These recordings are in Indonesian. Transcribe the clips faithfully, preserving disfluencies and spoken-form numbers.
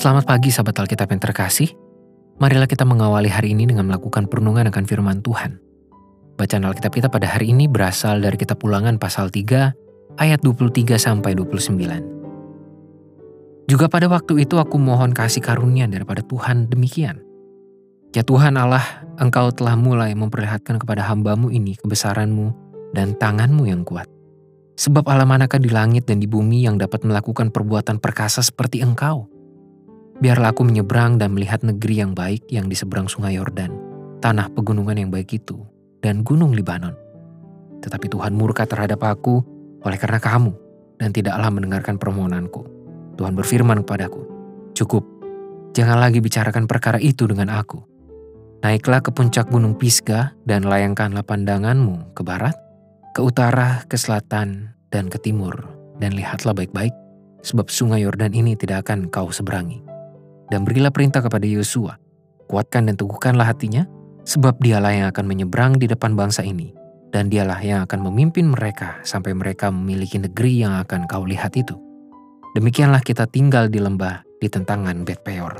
Selamat pagi sahabat Alkitab yang terkasih. Marilah kita mengawali hari ini dengan melakukan perenungan akan firman Tuhan. Bacaan Alkitab kita pada hari ini berasal dari kitab Ulangan pasal tiga ayat dua puluh tiga sampai dua puluh sembilan. Juga pada waktu itu aku mohon kasih karunia daripada Tuhan demikian. Ya Tuhan Allah, Engkau telah mulai memperlihatkan kepada hamba-Mu ini kebesaran-Mu dan tangan-Mu yang kuat. Sebab Allah manakah di langit dan di bumi yang dapat melakukan perbuatan perkasa seperti Engkau? Biarlah aku menyeberang dan melihat negeri yang baik yang di seberang sungai Yordan, tanah pegunungan yang baik itu, dan gunung Libanon. Tetapi Tuhan murka terhadap aku oleh karena kamu, dan tidaklah mendengarkan permohonanku. Tuhan berfirman kepadaku, cukup, jangan lagi bicarakan perkara itu dengan aku. Naiklah ke puncak gunung Pisga dan layangkanlah pandanganmu ke barat, ke utara, ke selatan, dan ke timur. Dan lihatlah baik-baik, sebab sungai Yordan ini tidak akan kau seberangi. Dan berilah perintah kepada Yosua, kuatkan dan teguhkanlah hatinya, sebab dialah yang akan menyeberang di depan bangsa ini, dan dialah yang akan memimpin mereka sampai mereka memiliki negeri yang akan kau lihat itu. Demikianlah kita tinggal di lembah di tentangan Bet Peor.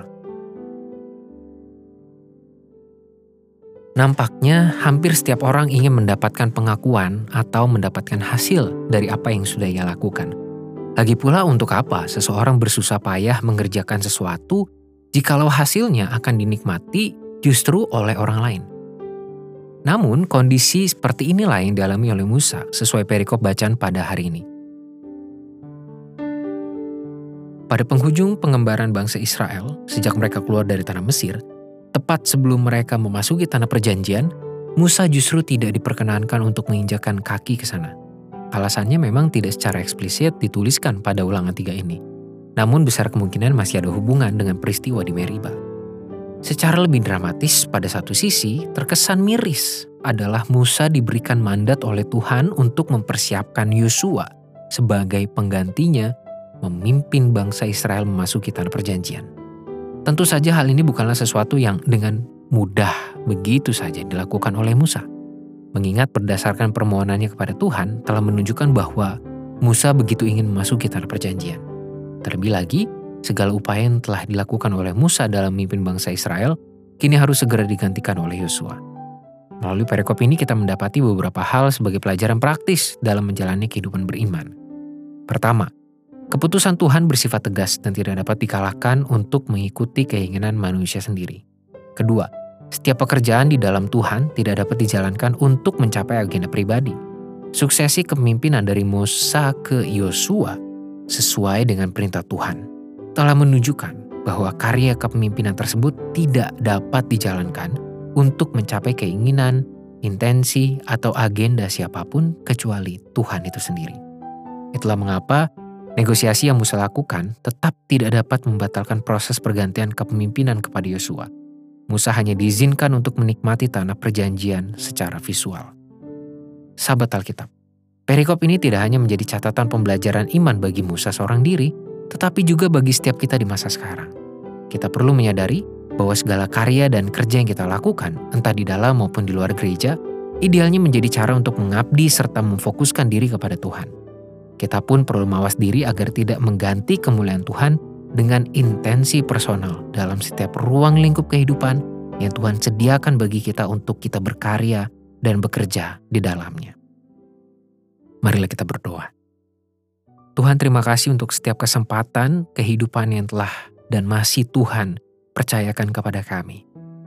Nampaknya hampir setiap orang ingin mendapatkan pengakuan atau mendapatkan hasil dari apa yang sudah ia lakukan. Lagi pula untuk apa seseorang bersusah payah mengerjakan sesuatu jikalau hasilnya akan dinikmati justru oleh orang lain. Namun kondisi seperti inilah yang dialami oleh Musa sesuai perikop bacaan pada hari ini. Pada penghujung pengembaraan bangsa Israel sejak mereka keluar dari tanah Mesir, tepat sebelum mereka memasuki tanah perjanjian, Musa justru tidak diperkenankan untuk menginjakkan kaki ke sana. Alasannya memang tidak secara eksplisit dituliskan pada Ulangan tiga ini. Namun besar kemungkinan masih ada hubungan dengan peristiwa di Meriba. Secara lebih dramatis, pada satu sisi terkesan miris adalah Musa diberikan mandat oleh Tuhan untuk mempersiapkan Yosua sebagai penggantinya memimpin bangsa Israel memasuki tanah perjanjian. Tentu saja hal ini bukanlah sesuatu yang dengan mudah begitu saja dilakukan oleh Musa. Mengingat berdasarkan permohonannya kepada Tuhan telah menunjukkan bahwa Musa begitu ingin memasuki tanah perjanjian. Terlebih lagi, segala upaya yang telah dilakukan oleh Musa dalam memimpin bangsa Israel kini harus segera digantikan oleh Yosua. Melalui perikop ini kita mendapati beberapa hal sebagai pelajaran praktis dalam menjalani kehidupan beriman. Pertama, keputusan Tuhan bersifat tegas dan tidak dapat dikalahkan untuk mengikuti keinginan manusia sendiri. Kedua, setiap pekerjaan di dalam Tuhan tidak dapat dijalankan untuk mencapai agenda pribadi. Suksesi kepemimpinan dari Musa ke Yosua sesuai dengan perintah Tuhan telah menunjukkan bahwa karya kepemimpinan tersebut tidak dapat dijalankan untuk mencapai keinginan, intensi, atau agenda siapapun kecuali Tuhan itu sendiri. Itulah mengapa negosiasi yang Musa lakukan tetap tidak dapat membatalkan proses pergantian kepemimpinan kepada Yosua. Musa hanya diizinkan untuk menikmati tanah perjanjian secara visual. Sahabat Alkitab, perikop ini tidak hanya menjadi catatan pembelajaran iman bagi Musa seorang diri, tetapi juga bagi setiap kita di masa sekarang. Kita perlu menyadari bahwa segala karya dan kerja yang kita lakukan, entah di dalam maupun di luar gereja, idealnya menjadi cara untuk mengabdi serta memfokuskan diri kepada Tuhan. Kita pun perlu mawas diri agar tidak mengganti kemuliaan Tuhan dengan intensi personal dalam setiap ruang lingkup kehidupan yang Tuhan sediakan bagi kita untuk kita berkarya dan bekerja di dalamnya. Marilah kita berdoa. Tuhan, terima kasih untuk setiap kesempatan kehidupan yang telah dan masih Tuhan percayakan kepada kami.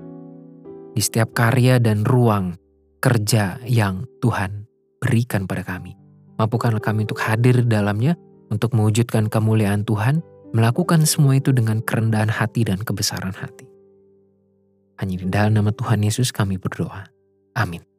Di setiap karya dan ruang kerja yang Tuhan berikan pada kami. Mampukanlah kami untuk hadir di dalamnya, untuk mewujudkan kemuliaan Tuhan, melakukan semua itu dengan kerendahan hati dan kebesaran hati. Hanya di dalam nama Tuhan Yesus kami berdoa. Amin.